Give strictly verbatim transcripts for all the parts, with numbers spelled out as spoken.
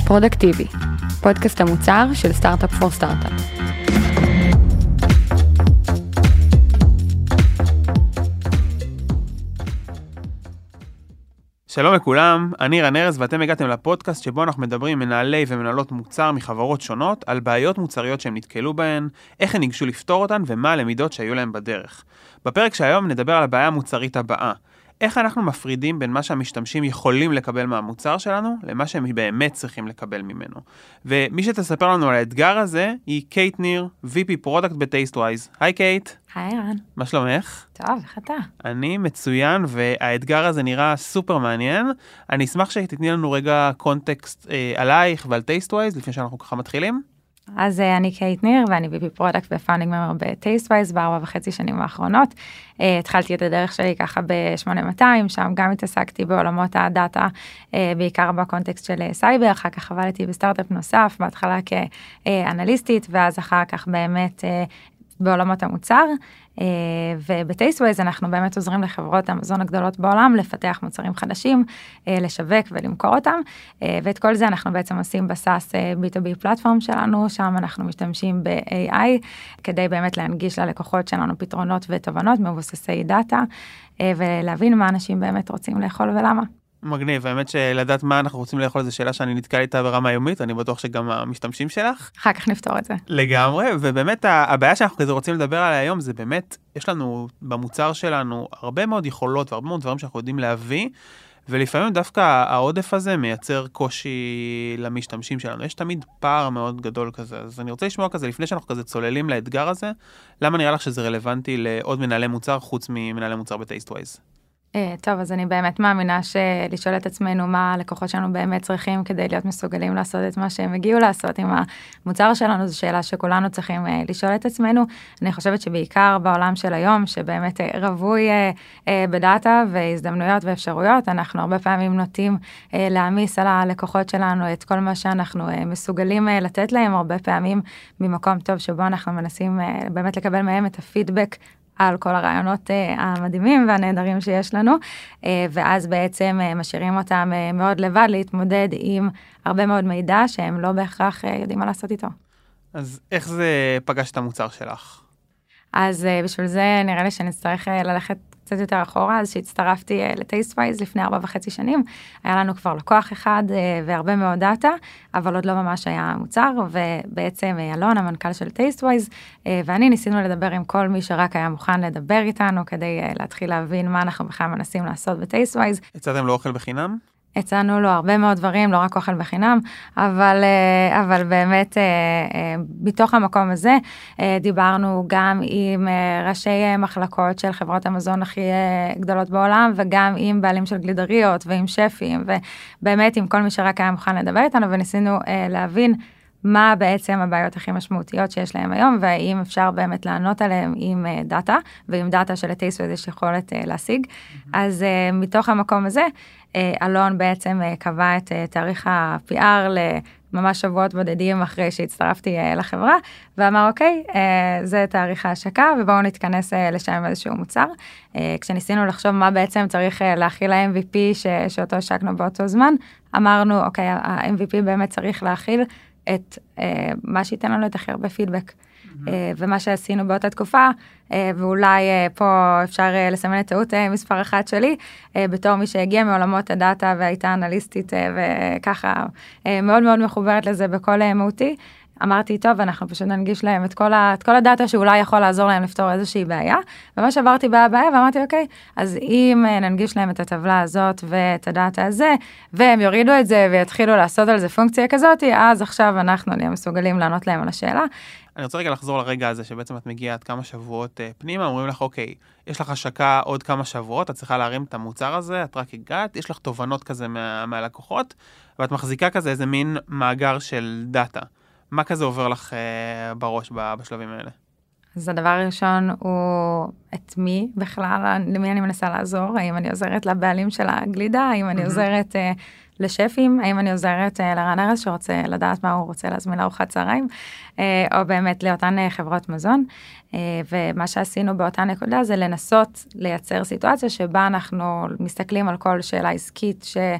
פרודקטיבי, פודקאסט המוצר של סטארט-אפ פור סטארט-אפ. שלום לכולם, אני רן ארז ואתם הגעתם לפודקאסט שבו אנחנו מדברים עם מנהלי ומנהלות מוצר מחברות שונות על בעיות מוצריות שהם נתקלו בהן, איך הם ניגשו לפתור אותן ומה הלמידות שהיו להם בדרך. בפרק שהיום נדבר על הבעיה המוצרית הבאה. איך אנחנו מפרידים בין מה שהמשתמשים יכולים לקבל מהמוצר שלנו, למה שהם באמת צריכים לקבל ממנו. ומי שתספר לנו על האתגר הזה, היא קייט ניר, וי פי פרודקט בטייסטווייז. היי קייט. היי רן. מה שלומך? טוב, איך אתה? אני מצוין, והאתגר הזה נראה סופר מעניין. אני אשמח שתתני לנו רגע קונטקסט אה, עלייך ועל טייסטווייז, לפני שאנחנו ככה מתחילים. אז אני קייט ניר, ואני וי פי פרודקט ופאונדינג ממבר בטייסטווייז בארבע וחצי שנים האחרונות. Uh, התחלתי את הדרך שלי ככה ב-שמונה מאתיים, שם גם התעסקתי בעולמות הדאטה, uh, בעיקר בקונטקסט של סייבר, אחר כך עבדתי בסטארט-אפ נוסף, בהתחלה כאנליסטית, ואז אחר כך באמת uh, בעולמות המוצר, uh, ובטייסטווייז אנחנו באמת עוזרים לחברות המזון הגדולות בעולם, לפתח מוצרים חדשים, uh, לשווק ולמכור אותם, uh, ואת כל זה אנחנו בעצם עושים בסאס בי טו בי פלטפורם שלנו, שם אנחנו משתמשים ב-איי איי, כדי באמת להנגיש ללקוחות שלנו פתרונות ותובנות מבוססי דאטה, uh, ולהבין מה אנשים באמת רוצים לאכול ולמה. מגניב, האמת שלדעת מה אנחנו רוצים לאכול זו שאלה שאני נתקל איתה ברמה יומית, אני בטוח שגם המשתמשים שלך. אחר כך נפתור את זה. לגמרי, ובאמת הבעיה שאנחנו כזה רוצים לדבר עליה היום, זה באמת, יש לנו במוצר שלנו הרבה מאוד יכולות והרבה מאוד דברים שאנחנו יודעים להביא, ולפעמים דווקא העודף הזה מייצר קושי למשתמשים שלנו. יש תמיד פער מאוד גדול כזה, אז אני רוצה לשמוע כזה, לפני שאנחנו כזה צוללים לאתגר הזה, למה נראה לך שזה רלוונטי לעוד מנהלי מוצר, חוץ ממנהלי מוצר בטייסטווייז? טוב, אז אני באמת מאמינה שלשאול את עצמנו מה הלקוחות שלנו באמת צריכים כדי להיות מסוגלים לעשות את מה שהם הגיעו לעשות עם המוצר שלנו, זו שאלה שכולנו צריכים לשאול את עצמנו. אני חושבת שבעיקר בעולם של היום, שבאמת רווי בדאטה והזדמנויות ואפשרויות, אנחנו הרבה פעמים נוטים להעמיס על הלקוחות שלנו את כל מה שאנחנו מסוגלים לתת להם, הרבה פעמים ממקום טוב שבו אנחנו מנסים באמת לקבל מהם את הפידבק, על כל הרעיונות uh, המדהימים והנהדרים שיש לנו, uh, ואז בעצם uh, משאירים אותם uh, מאוד לבד להתמודד עם הרבה מאוד מידע שהם לא בהכרח uh, יודעים מה לעשות איתו. אז איך זה פגש את המוצר שלך? אז uh, בשביל זה נראה לי שנצטרך uh, ללכת קצת יותר אחורה, אז שהצטרפתי uh, לטייסטווייז לפני ארבע וחצי שנים, היה לנו כבר לקוח אחד uh, והרבה מאוד דאטה, אבל עוד לא ממש היה מוצר, ובעצם uh, אלון, המנכ"ל של טייסטווייז, uh, ואני ניסינו לדבר עם כל מי שרק היה מוכן לדבר איתנו, כדי uh, להתחיל להבין מה אנחנו בכלל מנסים לעשות בטייסטווייז. הצעתם לו אוכל בחינם? הצענו לו הרבה מאוד דברים, לא רק אוכל בחינם, אבל, אבל באמת בתוך המקום הזה דיברנו גם עם ראשי מחלקות של חברות המזון הכי גדולות בעולם, וגם עם בעלים של גלידריות ועם שפים, ובאמת עם כל מי שרק היה מוכן לדבר איתנו, וניסינו להבין מה בעצם הבעיות הכי משמעותיות שיש להם היום, והאם אפשר באמת לענות עליהם עם דאטה, ועם דאטה של טייסטווייז יש יכולת להשיג. Mm-hmm. אז מתוך המקום הזה, אלון בעצם קבע את תאריך ה-פי אר לממש שבועות בודדים אחרי שהצטרפתי לחברה, ואמר אוקיי, זה תאריך ההשקה, ובואו נתכנס לשם איזשהו מוצר. כשניסינו לחשוב מה בעצם צריך להכיל ה-אם וי פי ש- שאותו השקנו באותו זמן, אמרנו אוקיי, ה-אם וי פי באמת צריך להכיל את uh, מה שייתן לנו את הכי הרבה פידבק. Mm-hmm. Uh, ומה שעשינו באותה תקופה, uh, ואולי uh, פה אפשר uh, לסמן את טעות uh, מספר אחת שלי, uh, בתור מי שהגיע מעולמות הדאטה והייתה אנליסטית, uh, וככה uh, מאוד מאוד מחוברת לזה בכל uh, מהותי, אמרתי, טוב, אנחנו פשוט ננגיש להם את כל, ה, את כל הדאטה שאולי יכול לעזור להם לפתור איזושהי בעיה, ומה שעברתי בעיה, ואמרתי, אוקיי, אז אם ננגיש להם את הטבלה הזאת ואת הדאטה הזה, והם יורידו את זה ויתחילו לעשות על זה פונקציה כזאת, אז עכשיו אנחנו נהיה מסוגלים לענות להם על השאלה. אני רוצה רגע לחזור לרגע הזה, שבעצם את מגיעה עד כמה שבועות פנימה, אומרים לך, אוקיי, יש לך השקה עוד כמה שבועות, את צריכה להרים את המוצר הזה, את רק הגעת, יש לך תובנות כזה מה, מהלקוחות, ואת מחזיקה כזה איזה מין מאגר של דאטה. מה כזה עובר לך uh, בראש בשלבים האלה? אז הדבר הראשון הוא את מי בכלל, למי אני מנסה לעזור, האם אני עוזרת לבעלים של הגלידה, האם אני עוזרת uh, לשפים, האם אני עוזרת uh, לרן ארז שרוצה לדעת מה הוא רוצה להזמין לארוחת צהריים, uh, או באמת לאותן uh, חברות מזון, uh, ומה שעשינו באותה נקודה זה לנסות לייצר סיטואציה שבה אנחנו מסתכלים על כל שאלה עסקית ש...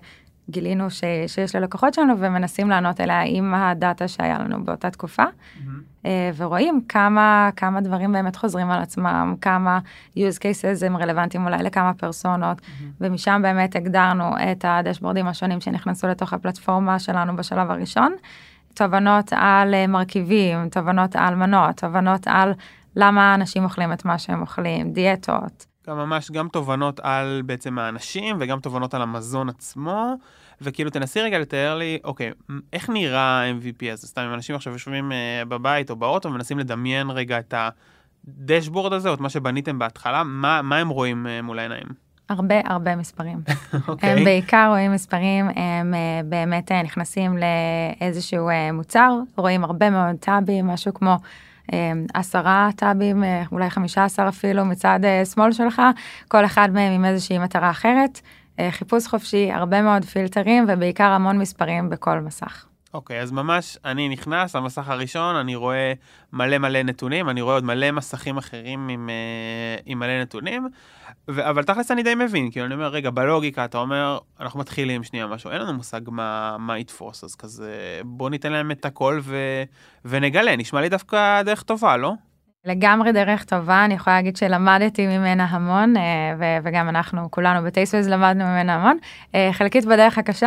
גילינו ש, שיש ללקוחות שלנו, ומנסים לענות אליה עם הדאטה שהיה לנו באותה תקופה, mm-hmm. ורואים כמה, כמה דברים באמת חוזרים על עצמם, כמה use cases הם רלוונטיים אולי לכמה פרסונות, mm-hmm. ומשם באמת הגדרנו את הדשבורדים השונים שנכנסו לתוך הפלטפורמה שלנו בשלב הראשון, תובנות על מרכיבים, תובנות על מנות, תובנות על למה אנשים אוכלים את מה שהם אוכלים, דיאטות. גם ממש גם תובנות על בעצם האנשים, וגם תובנות על המזון עצמו, וכאילו תנסי רגע לתאר לי, אוקיי, איך נראה ה-אם וי פי הזה? סתם, אם אנשים עכשיו יושבים uh, בבית או באוטו, ומנסים לדמיין רגע את הדשבורד הזה, או את מה שבניתם בהתחלה, מה, מה הם רואים uh, מול העיניים? הרבה הרבה מספרים. okay. הם בעיקר רואים מספרים, הם uh, באמת uh, נכנסים לאיזשהו uh, מוצר, רואים הרבה מאוד טאבים, משהו כמו um, עשרה טאבים, uh, אולי חמישה עשר אפילו מצד uh, שמאל שלך, כל אחד מהם עם איזושהי מטרה אחרת, uh, חיפוש חופשי, הרבה מאוד פילטרים, ובעיקר המון מספרים בכל מסך. אוקיי, okay, אז ממש אני נכנס למסך הראשון, אני רואה מלא מלא נתונים, אני רואה עוד מלא מסכים אחרים עם, עם מלא נתונים, ו- אבל תכלס אני די מבין, כי אני אומר, רגע, בלוגיקה אתה אומר, אנחנו מתחילים שנייה משהו, אין לנו מושג מה, מה יתפוס, אז כזה, בוא ניתן להם את הכל ו- ונגלה, נשמע לי דווקא דרך טובה, לא? לגמרי דרך טובה, אני יכולה להגיד שלמדתי ממנה המון, ו- וגם אנחנו כולנו בטייסוויז למדנו ממנה המון, חלקית בדרך הקשה,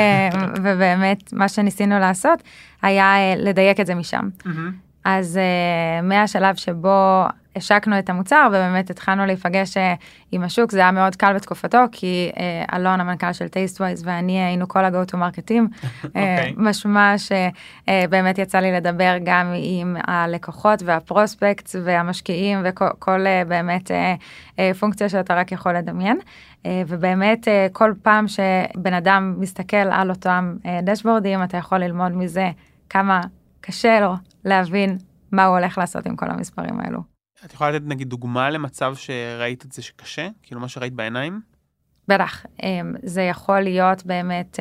ובאמת מה שניסינו לעשות היה לדייק את זה משם. אז מהשלב שבו השקנו את המוצר, ובאמת התחלנו להיפגש עם השוק, זה היה מאוד קל בתקופתו, כי אלון, המנכ"ל של טייסטוויז, ואני היינו כל ה-go to marketing, משמע שבאמת יצא לי לדבר גם עם הלקוחות והפרוספקט והמשקיעים, וכל באמת פונקציה שאתה רק יכול לדמיין, ובאמת כל פעם שבן אדם מסתכל על אותם דשבורדים, אתה יכול ללמוד מזה כמה קשה לו להבין מה הוא הולך לעשות עם כל המספרים האלו. את יכולה לתת נגיד דוגמה למצב שראית את זה שקשה? כאילו מה שראית בעיניים? בטח, זה יכול להיות באמת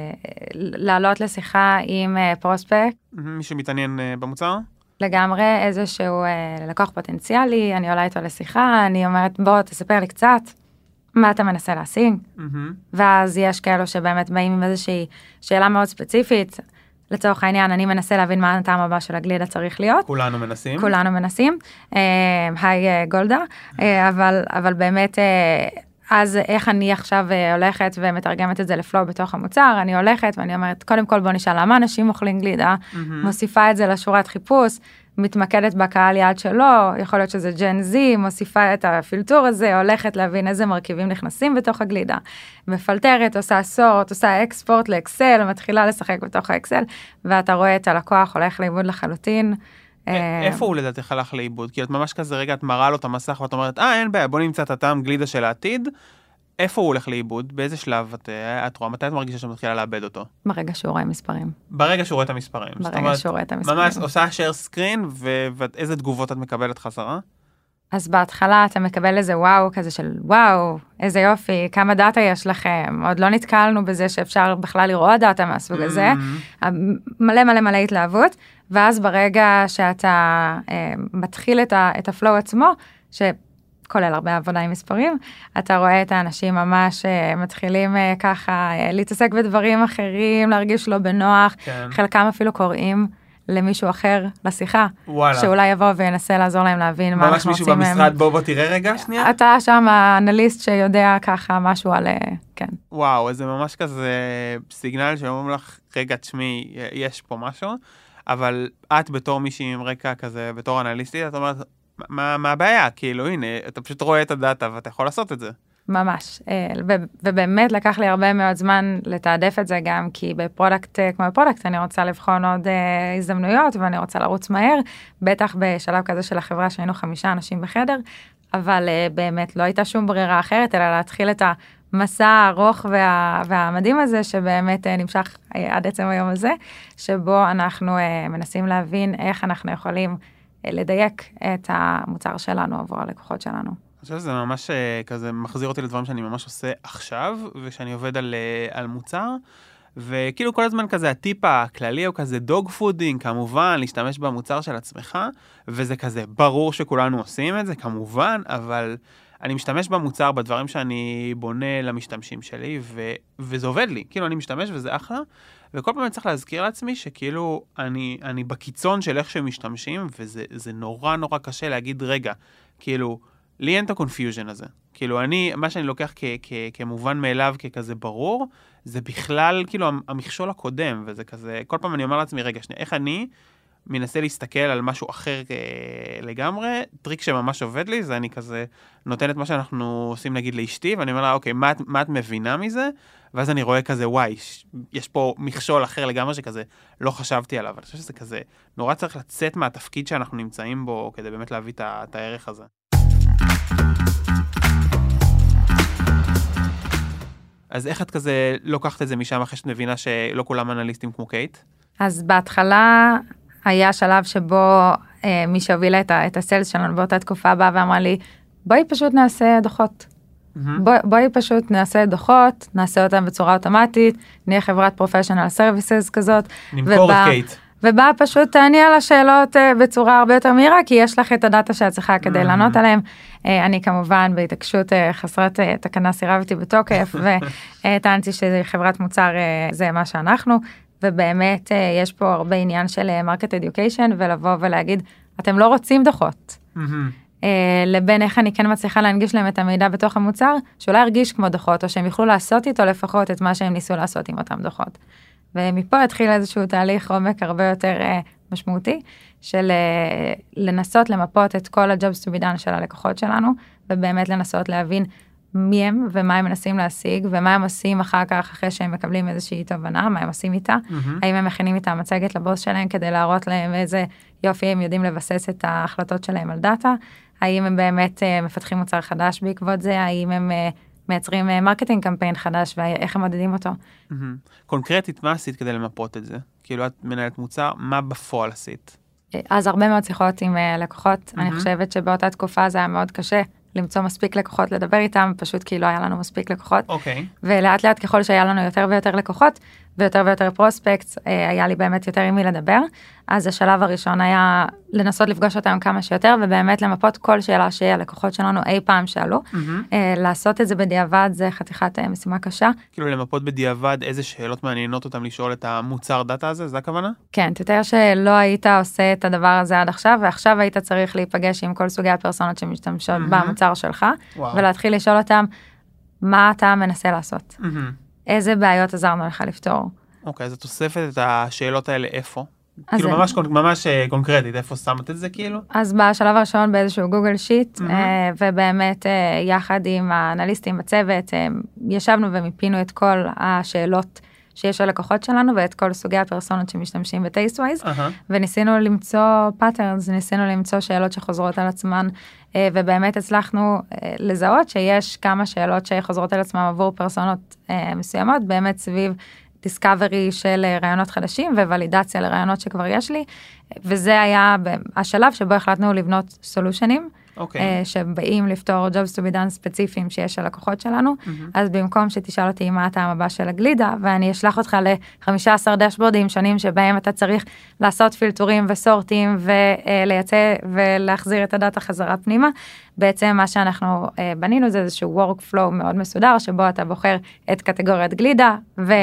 לעלות לשיחה עם פרוספקט. מי שמתעניין במוצר? לגמרי, איזשהו לקוח פוטנציאלי, אני עולה איתו לשיחה, אני אומרת בוא תספר לי קצת, מה אתה מנסה להשיג? ואז יש כאלו שבאמת באים עם איזושהי שאלה מאוד ספציפית, לצורך העניין, אני מנסה להבין מה הטעם הבא של הגלידה צריך להיות. כולנו מנסים. כולנו מנסים. היי גולדה. אבל, אבל באמת, אז איך אני עכשיו הולכת ומתרגמת את זה לפלואו בתוך המוצר, אני הולכת ואני אומרת, קודם כל בוא נשאל למה אנשים אוכלים גלידה, מוסיפה את זה לשורת חיפוש, מתמקדת בקהל יעד שלו, יכול להיות שזה ג'ן זי, מוסיפה את הפילטור הזה, הולכת להבין איזה מרכיבים נכנסים בתוך הגלידה, מפלטרת, עושה סורט, עושה אקספורט לאקסל, מתחילה לשחק בתוך האקסל, ואתה רואה את הלקוח הולך לאיבוד לחלוטין. איפה הוא לדעתך הלך לאיבוד? כי את ממש כזה רגע, את מראה לו את המסך, ואת אומרת, אה, אין בעיה, בוא נמצא את הטעם גלידה של העתיד, איפה הוא הולך לאיבוד? באיזה שלב את, את רואה? מתי את מרגישה שאת מתחילה לאבד אותו? ברגע שהוא רואה מספרים. ברגע שהוא רואה את המספרים. ברגע שהוא רואה את המספרים. ממש עושה share screen, ואיזה תגובות את מקבלת חזרה? אז בהתחלה אתה מקבל איזה וואו, כזה של וואו, איזה יופי, כמה דאטה יש לכם, עוד לא נתקלנו בזה שאפשר בכלל לראות דאטה מהסוג הזה, מלא מלא מלא התלהבות, ואז ברגע שאתה אה, מתחיל את, ה, את הפלואו עצמו, ש... כולל הרבה עבודה עם מספרים, אתה רואה את האנשים ממש מתחילים ככה להתעסק בדברים אחרים, להרגיש לא בנוח, כן. חלקם אפילו קוראים למישהו אחר לשיחה, וואלה. שאולי יבוא וינסה לעזור להם להבין מה אנחנו רוצים מהם. ממש מישהו במשרד, בוא בוא תראה רגע שנייה. אתה שם האנליסט שיודע ככה משהו על, כן. וואו, זה ממש כזה סיגנל שאומרים לך, רגע תשמעי, יש פה משהו, אבל את בתור מישהי עם רקע כזה, בתור אנליסטית, את אומרת, מה, מה הבעיה? כאילו, הנה, אתה פשוט רואה את הדאטה ואתה יכול לעשות את זה. ממש. ובאמת לקח לי הרבה מאוד זמן לתעדף את זה גם, כי בפרודקט כמו בפרודקט אני רוצה לבחון עוד הזדמנויות, ואני רוצה לרוץ מהר, בטח בשלב כזה של החברה שהיינו חמישה אנשים בחדר, אבל באמת לא הייתה שום ברירה אחרת, אלא להתחיל את המסע הארוך וה, והמדהים הזה, שבאמת נמשך עד עצם היום הזה, שבו אנחנו מנסים להבין איך אנחנו יכולים לדייק את המוצר שלנו עבור הלקוחות שלנו. אני חושב שזה ממש כזה מחזיר אותי לדברים שאני ממש עושה עכשיו, ושאני עובד על, על מוצר, וכאילו כל הזמן כזה הטיפ הכללי הוא כזה דוג פודינג, כמובן, להשתמש במוצר של עצמך, וזה כזה ברור שכולנו עושים את זה, כמובן, אבל אני משתמש במוצר, בדברים שאני בונה למשתמשים שלי, ו, וזה עובד לי. כאילו, אני משתמש וזה אחלה, וכל פעם אני צריך להזכיר לעצמי שכאילו, אני, אני בקיצון של איך שהם משתמשים, וזה זה נורא נורא קשה להגיד, רגע, כאילו, לי אין את הקונפיוז'ן הזה. כאילו, אני, מה שאני לוקח כ, כ, כמובן מאליו, ככזה ברור, זה בכלל, כאילו, המכשול הקודם, וזה כזה, כל פעם אני אומר לעצמי, רגע, שנייה, איך אני מנסה להסתכל על משהו אחר לגמרי, טריק שממש עובד לי, זה אני כזה נותן את מה שאנחנו עושים נגיד לאשתי, ואני אומר לה, אוקיי, מה, מה את מבינה מזה? ואז אני רואה כזה, וואי, יש פה מכשול אחר לגמרי שכזה לא חשבתי עליו. אני חושב שזה כזה, נורא צריך לצאת מהתפקיד שאנחנו נמצאים בו, כדי באמת להביא את הערך הזה. אז איך את כזה לוקחת את זה משם אחרי שאת מבינה שלא כולם אנליסטים כמו קייט? אז בהתחלה היה שלב שבו אה, מי שהובילה את, את הסלס שלנו באותה תקופה באה ואמרה לי, בואי פשוט נעשה דוחות. Mm-hmm. בוא, בואי פשוט נעשה דוחות, נעשה אותם בצורה אוטומטית, נהיה חברת פרופשיונל סרוויסס כזאת. נמכור ובא, את קייט. ובאה פשוט תעני על השאלות אה, בצורה הרבה יותר מהירה, כי יש לך את הדאטה שאת צריכה כדי mm-hmm. לענות עליהם. אה, אני כמובן בהתעקשות אה, חסרת אה, תקנה סירבתי בתוקף, וטענתי שחברת מוצר אה, זה מה שאנחנו. ובאמת יש פה הרבה עניין של מרקט אדיוקיישן, ולבוא ולהגיד, אתם לא רוצים דוחות. Mm-hmm. לבין איך אני כן מצליחה להנגיש להם את המידע בתוך המוצר, שאולי הרגיש כמו דוחות, או שהם יוכלו לעשות איתו לפחות את מה שהם ניסו לעשות עם אותם דוחות. ומפה התחיל איזשהו תהליך עומק הרבה יותר משמעותי, של לנסות למפות את כל ה-jobs to be done של הלקוחות שלנו, ובאמת לנסות להבין מי הם ומה הם מנסים להשיג, ומה הם עושים אחר כך, אחרי שהם מקבלים איזושהי תובנה, מה הם עושים איתה, mm-hmm. האם הם מכינים איתה מצגת לבוס שלהם, כדי להראות להם איזה יופי הם יודעים לבסס את ההחלטות שלהם על דאטה, האם הם באמת uh, מפתחים מוצר חדש בעקבות זה, האם הם uh, מייצרים מרקטינג קמפיין חדש, ואיך הם מודדים אותו. Mm-hmm. קונקרטית, מה עשית כדי למפות את זה? כאילו את מנהלת מוצר, מה בפועל עשית? אז הרבה מאוד שיחות עם uh, לקוחות, mm-hmm. אני חושבת שבאותה תקופה זה היה מאוד קשה, למצוא מספיק לקוחות לדבר איתם, פשוט כי לא היה לנו מספיק לקוחות. אוקיי. ולאט לאט ככל שהיה לנו יותר ויותר לקוחות, ויותר ויותר פרוספקטס, היה לי באמת יותר עם מי לדבר. אז השלב הראשון היה לנסות לפגוש אותם כמה שיותר, ובאמת למפות כל שאלה שהלקוחות שלנו אי פעם שאלו. Mm-hmm. לעשות את זה בדיעבד, זה חתיכת משימה קשה. כאילו למפות בדיעבד איזה שאלות מעניינות אותם לשאול את המוצר דאטה הזה, זה הכוונה? כן, תתאר שלא היית עושה את הדבר הזה עד עכשיו, ועכשיו היית צריך להיפגש עם כל סוגי הפרסונות שמשתמשות mm-hmm. במוצר שלך, וואו. ולהתחיל לשאול אותם, מה אתה מנסה לעשות? Mm-hmm. איזה בעיות עזרנו לך לפתור? אוקיי, אז את אוספת את השאלות האלה איפה? כאילו ממש, ממש קונקרטית, איפה שמת את זה כאילו? אז בשלב הראשון באיזשהו גוגל שיט, mm-hmm. ובאמת יחד עם האנליסטים בצוות, ישבנו ומיפינו את כל השאלות שיש ללקוחות שלנו, ואת כל סוגי הפרסונות שמשתמשים ב-Tasteways, uh-huh. וניסינו למצוא patterns, ניסינו למצוא שאלות שחוזרות על עצמן, ובאמת הצלחנו לזהות שיש כמה שאלות שחוזרות על עצמן עבור פרסונות מסוימות, באמת סביב דיסקאברי של רעיונות חדשים, וולידציה לרעיונות שכבר יש לי, וזה היה השלב שבו החלטנו לבנות סולושנים, Okay. שבאים לפתור jobs to be done ספציפיים שיש על לקוחות שלנו, mm-hmm. אז במקום שתשאל אותי מה הטעם הבא של הגלידה, ואני אשלח אותך ל-חמישה עשר דשבורדים שונים שבהם אתה צריך לעשות פילטורים וסורטים ולייצא ולהחזיר את הדאטה חזרה פנימה, בעצם מה שאנחנו בנינו זה איזשהו workflow מאוד מסודר, שבו אתה בוחר את קטגוריית גלידה,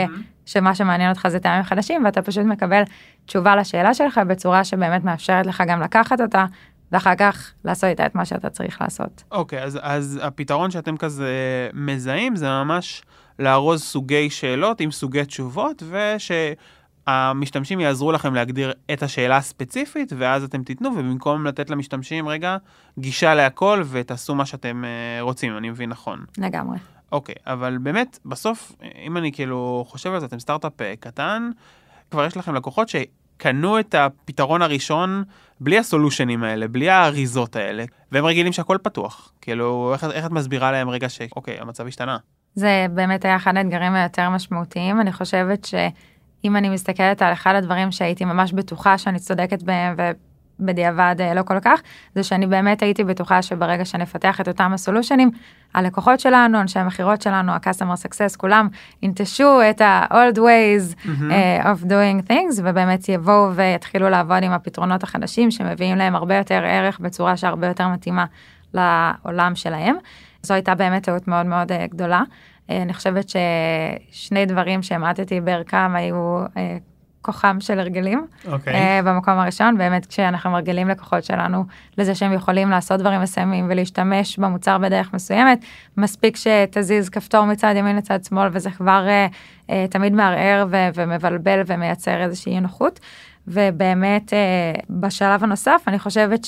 ושמה שמעניין אותך זה טעמים חדשים, ואתה פשוט מקבל תשובה לשאלה שלך בצורה שבאמת מאפשרת לך גם לקחת אותה, ואחר כך לעשות איתה את מה שאתה צריך לעשות. אוקיי, אז, אז הפתרון שאתם כזה מזהים, זה ממש לארוז סוגי שאלות עם סוגי תשובות, ושהמשתמשים יעזרו לכם להגדיר את השאלה הספציפית, ואז אתם תיתנו, ובמקום לתת למשתמשים רגע גישה להכל, ותעשו מה שאתם רוצים, אני מבין נכון. לגמרי. אוקיי, אבל באמת, בסוף, אם אני כאילו חושב על זה, אתם סטארט-אפ קטן, כבר יש לכם לקוחות ש... קנו את הפתרון הראשון בלי הסולושנים האלה, בלי האריזות האלה, והם רגילים שהכל פתוח. כאילו, איך, איך את מסבירה להם רגע ש... אוקיי, המצב השתנה? זה באמת היה אחד האתגרים היותר משמעותיים. אני חושבת שאם אני מסתכלת על אחד הדברים שהייתי ממש בטוחה שאני צודקת בהם, ובדיעבד לא כל כך, זה שאני באמת הייתי בטוחה שברגע שנפתח את אותם הסולושנים, הלקוחות שלנו, אנשי המחירות שלנו, ה-customer success, כולם ינטשו את ה-old ways mm-hmm. uh, of doing things, ובאמת יבואו ויתחילו לעבוד עם הפתרונות החדשים, שמביאים להם הרבה יותר ערך בצורה שהרבה יותר מתאימה לעולם שלהם. זו הייתה באמת טעות מאוד מאוד גדולה. אני חושבת ששני דברים שהמעטתי בערכם היו כוחם של הרגלים. Okay. במקום הראשון, באמת כשאנחנו מרגלים לקוחות שלנו לזה שהם יכולים לעשות דברים מסוימים ולהשתמש במוצר בדרך מסוימת, מספיק שתזיז כפתור מצד ימין לצד שמאל, וזה כבר תמיד מערער ומבלבל ומייצר איזושהי נוחות. ובאמת בשלב הנוסף אני חושבת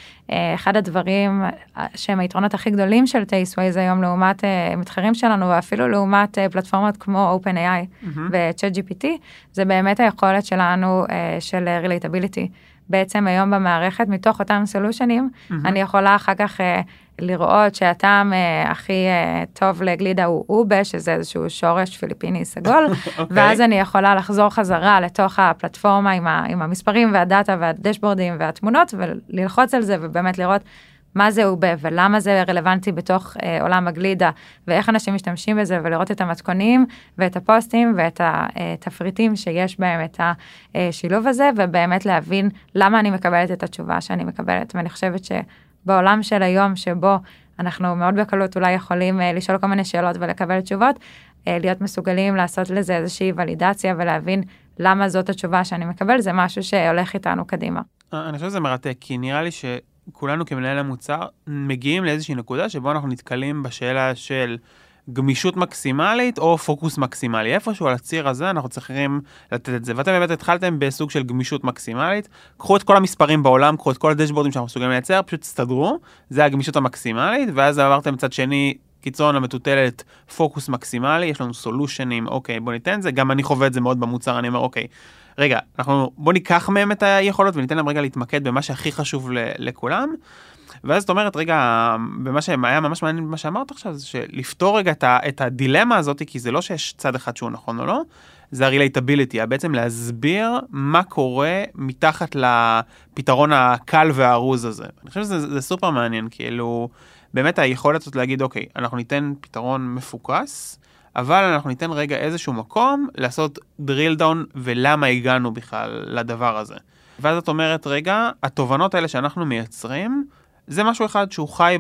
שאחד הדברים שהם היתרונות הכי גדולים של טייסווייז היום לעומת מתחרים שלנו ואפילו לעומת פלטפורמות כמו OpenAI ו-ChatGPT, זה באמת היכולת שלנו של relatability. בעצם היום במערכת מתוך אותם סולושנים אני יכולה אחר כך לראות שהטעם הכי טוב לגלידה הוא אובה, שזה איזשהו שורש פיליפיני סגול, okay. ואז אני יכולה לחזור חזרה לתוך הפלטפורמה עם, ה, עם המספרים והדאטה והדשבורדים והתמונות, וללחוץ על זה ובאמת לראות מה זה אובה ולמה זה רלוונטי בתוך אה, עולם הגלידה, ואיך אנשים משתמשים בזה, ולראות את המתכונים ואת הפוסטים ואת התפריטים שיש בהם את השילוב הזה, ובאמת להבין למה אני מקבלת את התשובה שאני מקבלת, ואני חושבת ש... בעולם של היום שבו אנחנו מאוד בקלות אולי יכולים uh, לשאול כל מיני שאלות ולקבל תשובות, uh, להיות מסוגלים לעשות לזה איזושהי ולידציה ולהבין למה זאת התשובה שאני מקבל, זה משהו שהולך איתנו קדימה. אני חושב שזה מרתק, כי נראה לי שכולנו כמנהל המוצר מגיעים לאיזושהי נקודה שבו אנחנו נתקלים בשאלה של גמישות מקסימלית או פוקוס מקסימלי. איפשהו על הציר הזה אנחנו צריכים לתת את זה. ואתם באמת התחלתם בסוג של גמישות מקסימלית. קחו את כל המספרים בעולם, קחו את כל הדשבורדים שאנחנו מסוגלים לייצר, פשוט תסתדרו. זה הגמישות המקסימלית, ואז עברתם מצד שני קיצון המטוטלת פוקוס מקסימלי, יש לנו סולושנים, אוקיי, בוא ניתן זה. גם אני חווה את זה מאוד במוצר, אני אומר, אוקיי, רגע, אנחנו, בוא ניקח מהם את היכולות וניתן להם רגע להתמקד במה שהכי חשוב לכולם. ואז זאת אומרת, רגע, במה שהיה ממש מעניין במה שאמרת עכשיו, זה שלפתור רגע את הדילמה הזאת, כי זה לא שיש צד אחד שהוא נכון או לא, זה ה-relatability, בעצם להסביר מה קורה מתחת לפתרון הקל והארוז הזה. אני חושב שזה זה סופר מעניין, כאילו, באמת היכולת הזאת להגיד, אוקיי, אנחנו ניתן פתרון מפוקס, אבל אנחנו ניתן רגע איזשהו מקום לעשות drill down ולמה הגענו בכלל לדבר הזה. ואז את אומרת, רגע, התובנות האלה שאנחנו מייצרים, זה משהו אחד שהוא חי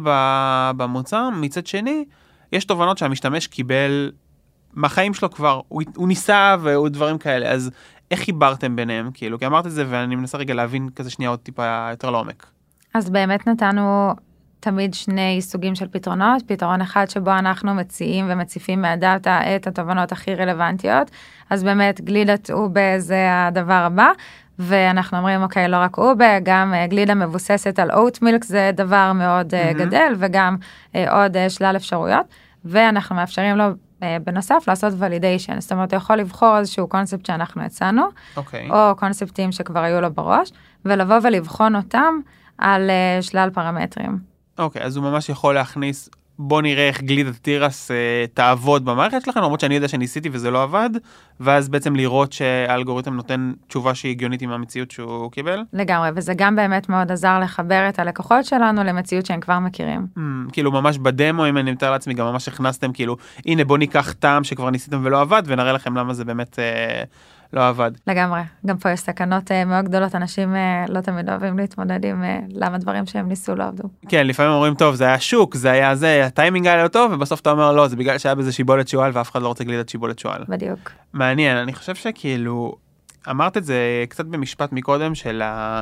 במוצר, מצד שני, יש תובנות שהמשתמש קיבל מהחיים שלו כבר, הוא, הוא ניסה והוא דברים כאלה, אז איך חיברתם ביניהם? כאילו, כי אמרת את זה ואני מנסה רגע להבין כזה שנייה עוד טיפה יותר לעומק. אז באמת נתנו תמיד שני סוגים של פתרונות, פתרון אחד שבו אנחנו מציעים ומציפים מהדאטה את התובנות הכי רלוונטיות, אז באמת גלידת אובה זה הדבר הבא, ואנחנו אומרים, אוקיי, לא רק אובה, גם גלידה מבוססת על אוט מילק, זה דבר מאוד mm-hmm. גדל, וגם עוד שלל אפשרויות, ואנחנו מאפשרים לו בנוסף לעשות ולידיישן, זאת אומרת, הוא יכול לבחור איזשהו קונספט שאנחנו הצענו, okay. או קונספטים שכבר היו לו בראש, ולבוא ולבחון אותם על שלל פרמטרים. אוקיי, okay, אז הוא ממש יכול להכניס, בוא נראה איך גלידת תירס אה, תעבוד במערכת שלכם, למרות שאני יודע שניסיתי וזה לא עבד, ואז בעצם לראות שהאלגוריתם נותן תשובה שהיא הגיונית עם המציאות שהוא קיבל. לגמרי, וזה גם באמת מאוד עזר לחבר את הלקוחות שלנו למציאות שהם כבר מכירים. Mm, כאילו ממש בדמו, אם אני מתאר לעצמי, גם ממש הכנסתם, כאילו, הנה בוא ניקח טעם שכבר ניסיתם ולא עבד, ונראה לכם למה זה באמת... אה, לא עבד. לגמרי. גם פה יש סכנות מאוד גדולות, אנשים לא תמיד אוהבים להתמודד עם למה דברים שהם ניסו לא עבדו. כן, לפעמים אומרים, טוב, זה היה שוק, זה היה זה, הטיימינג היה לא טוב, ובסוף אתה אומר, לא, זה בגלל שהיה בזה שיבולת שואל, ואף אחד לא רוצה גלידת שיבולת שואל. בדיוק. מעניין, אני חושב שכאילו, אמרת את זה קצת במשפט מקודם, של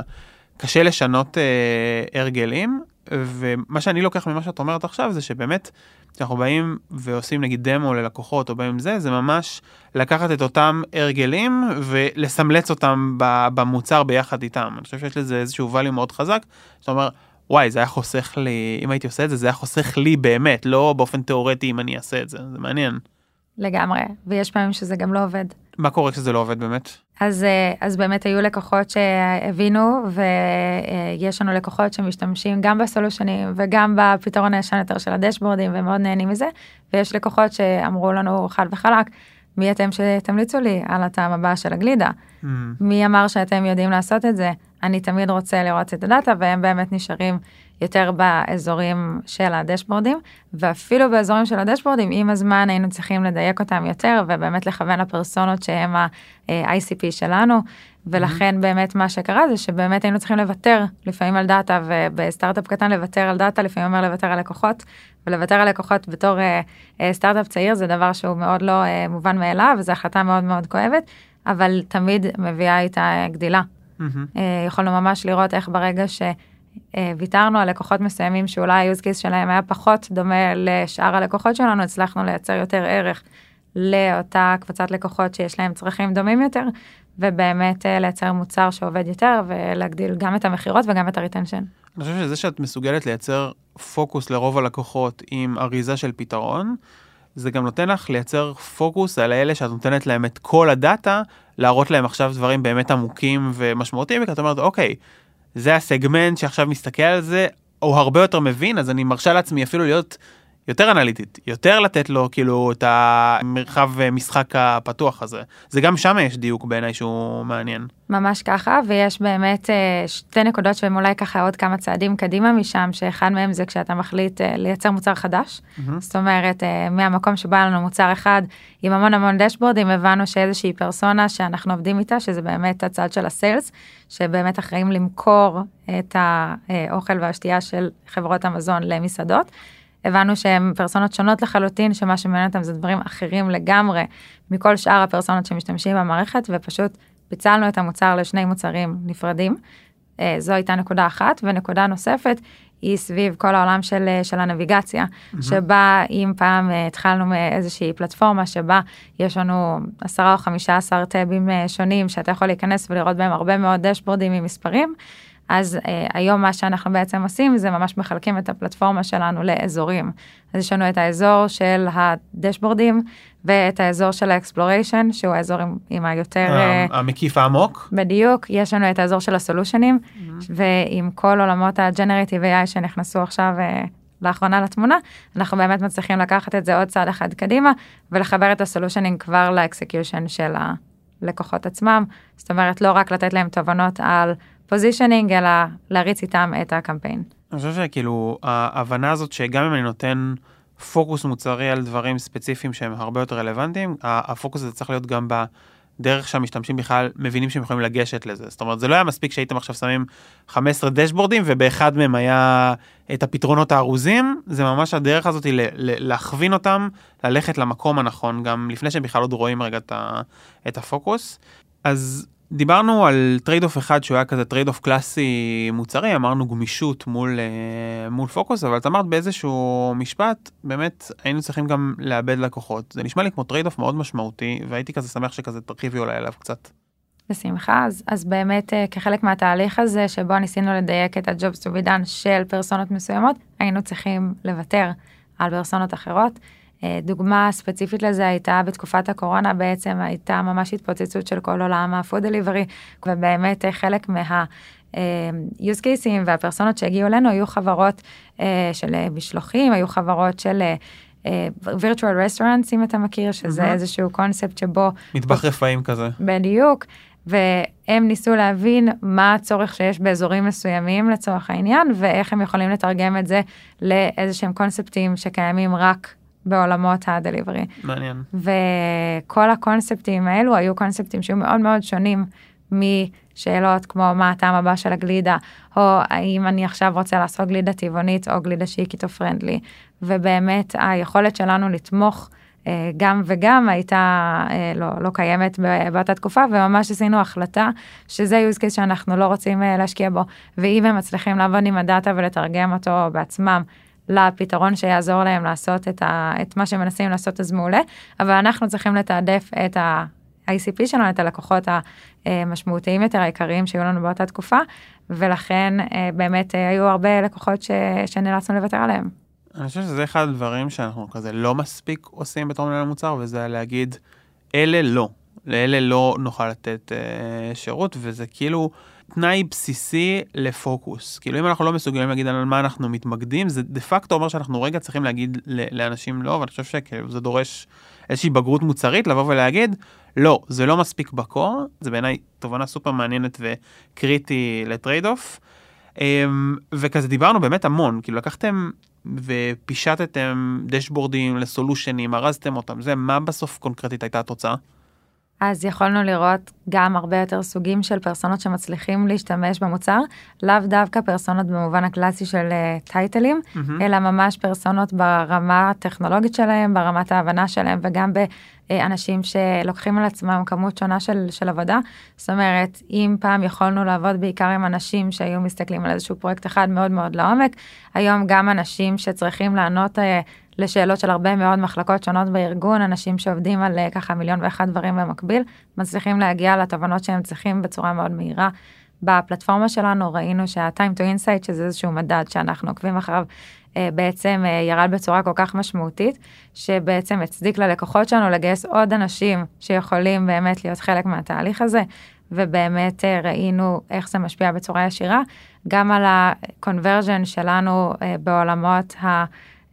קשה לשנות אה, הרגלים, ומה שאני לוקח ממה שאת אומרת עכשיו, זה שבאמת, כשאנחנו באים ועושים נגיד דמו ללקוחות או באים זה, זה ממש לקחת את אותם הרגלים ולסמלץ אותם במוצר ביחד איתם. אני חושב שיש לזה איזשהו value מאוד חזק, זאת אומרת, וואי, זה היה חוסך לי, אם הייתי עושה את זה, זה היה חוסך לי באמת, לא באופן תיאורטי אם אני אעשה את זה, זה מעניין. לגמרי, ויש פעמים שזה גם לא עובד. מה קורה כשזה לא עובד באמת? אז, אז באמת היו לקוחות שהבינו, ויש לנו לקוחות שמשתמשים גם בסולושנים, וגם בפתרון הישן יותר של הדשבורדים, ומאוד נהנים מזה, ויש לקוחות שאמרו לנו חד וחלק, מי אתם שתמליצו לי על הטעם הבא של הגלידה? Mm. מי אמר שאתם יודעים לעשות את זה? אני תמיד רוצה לראות את הדאטה, והם באמת נשארים יותר באזורים של הדשבורדים, ואפילו באזורים של הדשבורדים, עם הזמן היינו צריכים לדייק אותם יותר, ובאמת לכוון לפרסונות שהם ה-איי סי פי שלנו, ולכן באמת מה שקרה זה שבאמת היינו צריכים לוותר לפעמים על דאטה, ובסטארט-אפ קטן לוותר על דאטה, לפעמים אומר לוותר על לקוחות, ולוותר על לקוחות בתור סטארט-אפ צעיר, זה דבר שהוא מאוד לא מובן מאליו, וזו החלטה מאוד מאוד כואבת, אבל תמיד מביאה איתה גדילה. יכולנו ממש לראות איך ברגע שוויתרנו על לקוחות מסוימים, שאולי ה-use case שלהם היה פחות דומה לשאר הלקוחות שלנו, הצלחנו לייצר יותר ערך לאותה קבוצת לקוחות שיש להם צרכים דומים יותר, ובאמת לייצר מוצר שעובד יותר, ולהגדיל גם את המחירות וגם את הריטנשן. אני חושב שזה שאת מסוגלת לייצר פוקוס לרוב הלקוחות עם אריזה של פתרון, זה גם נותן לך לייצר פוקוס על האלה שאת נותנת להם את כל הדאטה, להראות להם עכשיו דברים באמת עמוקים ומשמעותיים, וכי את אומרת, אוקיי, זה הסגמנט שעכשיו מסתכל על זה, או הרבה יותר מבין, אז אני מרשה לעצמי אפילו להיות יותר אנליטית, יותר לתת לו כאילו את המרחב משחק הפתוח הזה. זה גם שם יש דיוק בעיניי שהוא מעניין. ממש ככה, ויש באמת שתי נקודות שהם אולי ככה עוד כמה צעדים קדימה משם, שאחד מהם זה כשאתה מחליט לייצר מוצר חדש. Mm-hmm. זאת אומרת, מהמקום שבא לנו מוצר אחד, עם המון המון דשבורדים, הבנו שאיזושהי פרסונה שאנחנו עובדים איתה, שזה באמת הצד של הסיילס, שבאמת אחראים למכור את האוכל והשתייה של חברות המזון למסעדות. הבנו שהן פרסונות שונות לחלוטין, שמה שמעניין אותם זה דברים אחרים לגמרי, מכל שאר הפרסונות שמשתמשים במערכת, ופשוט פיצלנו את המוצר לשני מוצרים נפרדים. זו הייתה נקודה אחת, ונקודה נוספת היא סביב כל העולם של, של הנביגציה, mm-hmm. שבה אם פעם התחלנו מאיזושהי פלטפורמה, שבה יש לנו עשרה או חמישה עשר טאבים שונים, שאתה יכול להיכנס ולראות בהם הרבה מאוד דשבורדים עם מספרים, אז אה, היום מה שאנחנו בעצם עושים, זה ממש מחלקים את הפלטפורמה שלנו לאזורים. אז יש לנו את האזור של הדשבורדים, ואת האזור של האקספלוריישן, שהוא האזור עם, עם היותר... המקיף העמוק. בדיוק, יש לנו את האזור של הסולושנים, mm-hmm. ועם כל עולמות ה-Generative איי איי שנכנסו עכשיו אה, לאחרונה לתמונה, אנחנו באמת מצליחים לקחת את זה עוד צעד אחד קדימה, ולחבר את הסולושנים כבר לאקסקיושן של הלקוחות עצמם. זאת אומרת, לא רק לתת להם תובנות על פוזישנינג, אלא להריץ איתם את הקמפיין. אני חושב שכאילו, ההבנה הזאת שגם אם אני נותן פוקוס מוצרי על דברים ספציפיים שהם הרבה יותר רלוונטיים, הפוקוס הזה צריך להיות גם בדרך שהמשתמשים בכלל מבינים שהם יכולים לגשת לזה. זאת אומרת, זה לא היה מספיק שהייתם עכשיו שמים חמישה עשר דשבורדים, ובאחד מהם היה את הפתרונות הארוזים, זה ממש הדרך הזאת היא להכווין אותם, ללכת למקום הנכון, גם לפני שהם בכלל עוד רואים רגע את הפוקוס. אז דיברנו על טרייד-אוף אחד שהוא היה כזה טרייד-אוף קלאסי מוצרי, אמרנו גמישות מול, מול פוקוס, אבל את אמרת באיזשהו משפט, באמת היינו צריכים גם לאבד לקוחות. זה נשמע לי כמו טרייד-אוף מאוד משמעותי, והייתי כזה שמח שכזה תרחיבי אולי עליו קצת. בשמחה, אז, אז באמת כחלק מהתהליך הזה, שבו ניסינו לדייק את ה-Jobs to be done של פרסונות מסוימות, היינו צריכים לוותר על פרסונות אחרות. דוגמה ספציפית לזה הייתה בתקופת הקורונה, בעצם הייתה ממש התפוצצות של כל עולם ה-food delivery, ובאמת חלק מה-use cases והפרסונות שהגיעו אלינו, היו חברות של משלוחים, היו חברות של virtual restaurants, אם אתה מכיר, שזה איזשהו קונספט שבו... מטבח רפאים כזה. בדיוק, והם ניסו להבין מה הצורך שיש באזורים מסוימים לצורך העניין, ואיך הם יכולים לתרגם את זה לאיזשהם קונספטים שקיימים רק בעולמות הדליברי. מעניין. וכל הקונספטים האלו היו קונספטים שהיו מאוד מאוד שונים משאלות כמו מה הטעם הבא של הגלידה, או האם אני עכשיו רוצה לעשות גלידה טבעונית או גלידה שהיא קיטו-פרנדלי. ובאמת היכולת שלנו לתמוך גם וגם הייתה לא, לא קיימת באותה תקופה, וממש עשינו החלטה שזה use case שאנחנו לא רוצים להשקיע בו, ואם הם מצליחים לעבוד עם הדאטה ולתרגם אותו בעצמם, לפתרון שיעזור להם לעשות את, ה, את מה שמנסים לעשות אז מעולה, אבל אנחנו צריכים לתעדף את ה-איי סי פי שלנו, את הלקוחות המשמעותיים יותר, העיקריים שהיו לנו באותה תקופה, ולכן באמת היו הרבה לקוחות ש, שנאלצנו לוותר עליהם. אני חושב שזה אחד הדברים שאנחנו כזה לא מספיק עושים בתור מנהל המוצר, וזה להגיד, אלה לא, לאלה לא נוכל לתת אה, שירות, וזה כאילו תנאי בסיסי לפוקוס. כאילו אם אנחנו לא מסוגלים להגיד על מה אנחנו מתמקדים, זה דה פקטו אומר שאנחנו רגע צריכים להגיד לאנשים לא, ואני חושב שזה דורש איזושהי בגרות מוצרית, לבוא ולהגיד, לא, זה לא מספיק בקור, זה בעיניי תובנה סופר מעניינת וקריטי לטרייד אוף, וכזה דיברנו באמת המון, כאילו לקחתם ופישטתם דשבורדים לסולושנים, ארזתם אותם, זה מה בסוף קונקרטית הייתה התוצאה? אז יכולנו לראות גם הרבה יותר סוגים של פרסונות שמצליחים להשתמש במוצר, לאו דווקא פרסונות במובן הקלאסי של uh, טייטלים, mm-hmm. אלא ממש פרסונות ברמה הטכנולוגית שלהם, ברמת ההבנה שלהם, וגם באנשים שלוקחים על עצמם כמות שונה של, של עבודה. זאת אומרת, אם פעם יכולנו לעבוד בעיקר עם אנשים שהיו מסתכלים על איזשהו פרויקט אחד מאוד מאוד לעומק, היום גם אנשים שצריכים לענות uh, לשאלות של הרבה מאוד מחלקות שונות בארגון, אנשים שעובדים על ככה מיליון ואחד דברים במקביל, מצליחים להגיע לתובנות שהם צריכים בצורה מאוד מהירה. בפלטפורמה שלנו ראינו שה-time to insight, שזה איזשהו מדד שאנחנו עוקבים אחריו, בעצם ירד בצורה כל כך משמעותית, שבעצם הצדיק ללקוחות שלנו לגייס עוד אנשים שיכולים באמת להיות חלק מהתהליך הזה, ובאמת ראינו איך זה משפיע בצורה ישירה, גם על ה-conversion שלנו בעולמות ה-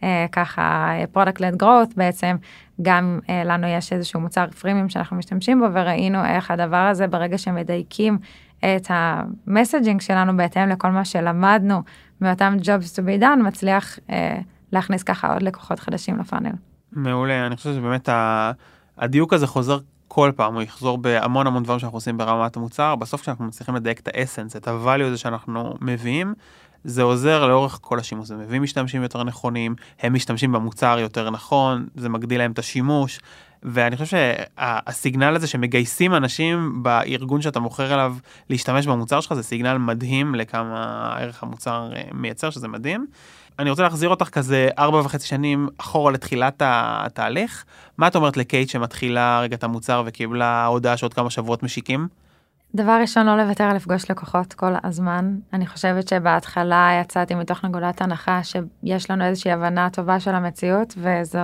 ככה product-led growth, בעצם גם לנו יש איזשהו מוצר פרימיום שאנחנו משתמשים בו, וראינו איך הדבר הזה ברגע שמדייקים את המסג'ינג שלנו בהתאם לכל מה שלמדנו מאותם jobs to be done, מצליח להכניס ככה עוד לקוחות חדשים לפאנל. מעולה, אני חושב שבאמת הדיוק הזה חוזר כל פעם, הוא יחזור בהמון המון דברים שאנחנו עושים ברמת המוצר, בסוף כשאנחנו מצליחים לדייק את האסנס, את הvalue הזה שאנחנו מביאים, זה עוזר לאורך כל השימוש, זה מביא משתמשים יותר נכונים, הם משתמשים במוצר יותר נכון, זה מגדיל להם את השימוש, ואני חושב שהסיגנל הזה שמגייסים אנשים בארגון שאתה מוכר אליו להשתמש במוצר שלך, זה סיגנל מדהים לכמה ערך המוצר מייצר, שזה מדהים. אני רוצה להחזיר אותך כזה ארבע וחצי שנים אחורה לתחילת התהליך. מה את אומרת לקייט שמתחילה רגע את המוצר וקיבלה הודעה שעוד כמה שבועות משיקים? דבר ראשון, לא לוותר על לפגוש לקוחות כל הזמן. אני חושבת שבהתחלה יצאתי מתוך נקודת הנחה שיש לנו איזושהי הבנה טובה של המציאות, וזו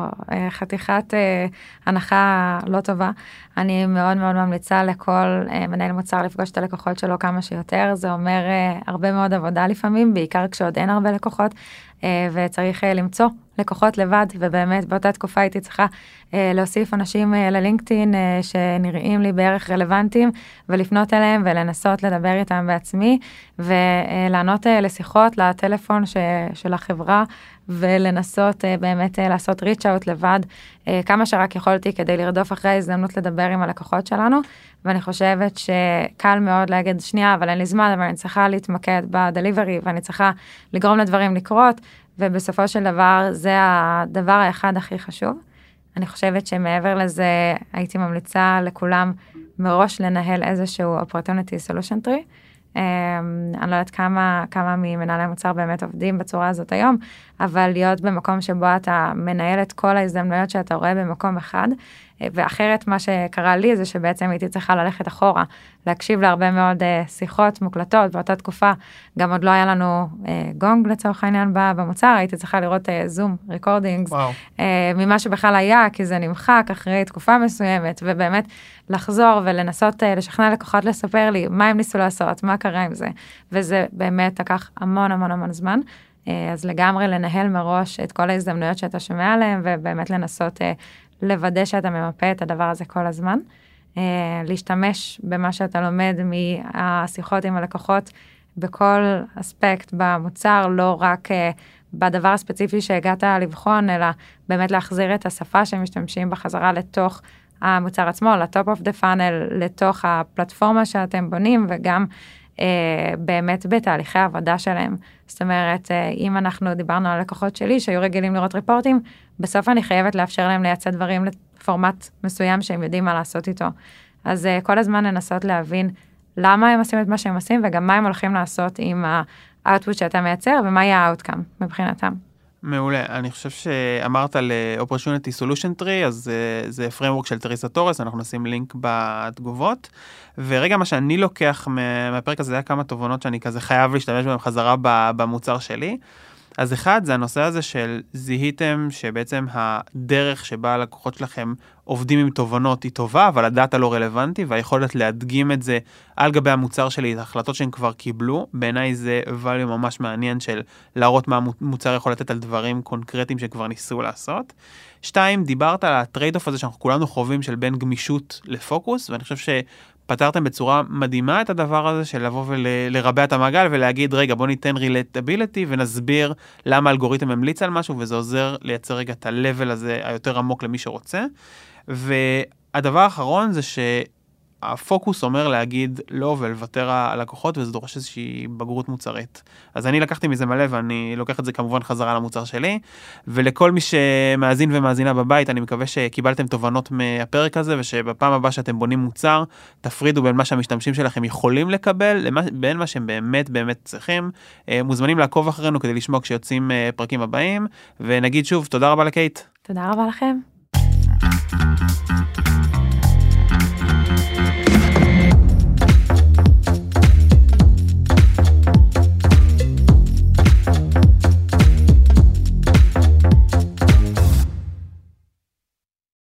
חתיכת הנחה לא טובה. אני מאוד מאוד ממליצה לכל מנהל מוצר לפגוש את הלקוחות שלו כמה שיותר. זה אומר הרבה מאוד עבודה לפעמים, בעיקר כשעוד אין הרבה לקוחות, וצריך למצוא לקוחות לבד, ובאמת באותה תקופה הייתי צריכה להוסיף אנשים ללינקדאין שנראים לי בערך רלוונטיים, ולפנות אליהם ולנסות לדבר איתם בעצמי, ולענות לשיחות לטלפון של החברה, ולנסות באמת לעשות ריץ' אאוט לבד, כמה שרק יכולתי כדי לרדוף אחרי ההזדמנות לדבר עם הלקוחות שלנו, ואני חושבת שקל מאוד להגיד, שנייה, אבל אין לי זמן, אבל אני צריכה להתמקד בדליברי, ואני צריכה לגרום לדברים לקרות, ובסופו של דבר זה הדבר האחד הכי חשוב. אני חושבת שמעבר לזה הייתי ממליצה לכולם מראש לנהל איזשהו opportunity solution tree. אני לא יודעת כמה, כמה ממנהלי המוצר באמת עובדים בצורה הזאת היום, אבל להיות במקום שבו אתה מנהל את כל ההזדמנויות שאתה רואה במקום אחד, ואחרת מה שקרה לי זה שבעצם הייתי צריכה ללכת אחורה, להקשיב להרבה מאוד שיחות מוקלטות, באותה תקופה גם עוד לא היה לנו גונג לצורך העניין במוצר, הייתי צריכה לראות זום, ריקורדינגס, ממה שבכלל היה, כי זה נמחק אחרי תקופה מסוימת, ובאמת לחזור ולנסות לשכנע לקוחות לספר לי מה הם ניסו לעשות, מה קרה עם זה, וזה באמת לקח המון המון המון זמן, אז לגמרי לנהל מראש את כל ההזדמנויות שאתה שומע עליהן, ובאמת לנסות לוודא שאתה ממפה את הדבר הזה כל הזמן, להשתמש במה שאתה לומד מהשיחות עם הלקוחות בכל אספקט במוצר, לא רק בדבר הספציפי שהגעת לבחון, אלא באמת להחזיר את השפה שמשתמשים בחזרה לתוך המוצר עצמו, לטופ אוף דה פאנל, לתוך הפלטפורמה שאתם בונים, וגם באמת בתהליכי העבודה שלהם. זאת אומרת, אם אנחנו דיברנו על לקוחות שלי שהיו רגילים לראות ריפורטים, בסוף אני חייבת לאפשר להם לייצא דברים לפורמט מסוים שהם יודעים מה לעשות איתו. אז כל הזמן לנסות להבין למה הם עושים את מה שהם עושים, וגם מה הם הולכים לעשות עם ה-output שאתה מייצר, ומה יהיה ה-outcome מבחינתם. מעולה. אני חושב שאמרת על Opportunity Solution Tree, אז זה framework של טריסה טורס, אנחנו נשים לינק בתגובות, ורגע מה שאני לוקח מהפרק הזה, זה היה כמה תובנות שאני כזה חייב להשתמש בהם חזרה במוצר שלי. אז אחד, זה הנושא הזה של זיהיתם שבעצם הדרך שבה הלקוחות שלכם עובדים עם תובנות היא טובה, אבל הדאטה לא רלוונטי, והיכולת להדגים את זה על גבי המוצר שלי, את ההחלטות שהם כבר קיבלו. בעיניי זה value ממש מעניין של להראות מה המוצר יכול לתת על דברים קונקרטיים שכבר ניסו לעשות. שתיים, דיברת על הטרייד-אוף הזה שאנחנו כולנו חווים של בין גמישות לפוקוס, ואני חושב ש... פתרתם בצורה מדהימה את הדבר הזה של לבוא ולרבע את המעגל ולהגיד, רגע, בוא ניתן relatability ונסביר למה האלגוריתם ממליץ על משהו, וזה עוזר לייצר רגע את ה-level הזה היותר עמוק למי שרוצה. והדבר האחרון זה שהפוקוס אומר להגיד לא ולוותר על לקוחות, וזה דורש איזושהי בגרות מוצרית. אז אני לקחתי מזה מלא, ואני לוקח את זה כמובן חזרה למוצר שלי, ולכל מי שמאזין ומאזינה בבית, אני מקווה שקיבלתם תובנות מהפרק הזה, ושבפעם הבאה שאתם בונים מוצר, תפרידו בין מה שהמשתמשים שלכם יכולים לקבל, בין מה שהם באמת באמת צריכים. מוזמנים לעקוב אחרינו כדי לשמוע כשיוצאים פרקים הבאים, ונגיד שוב, תודה רבה לקייט. תודה רבה לכם.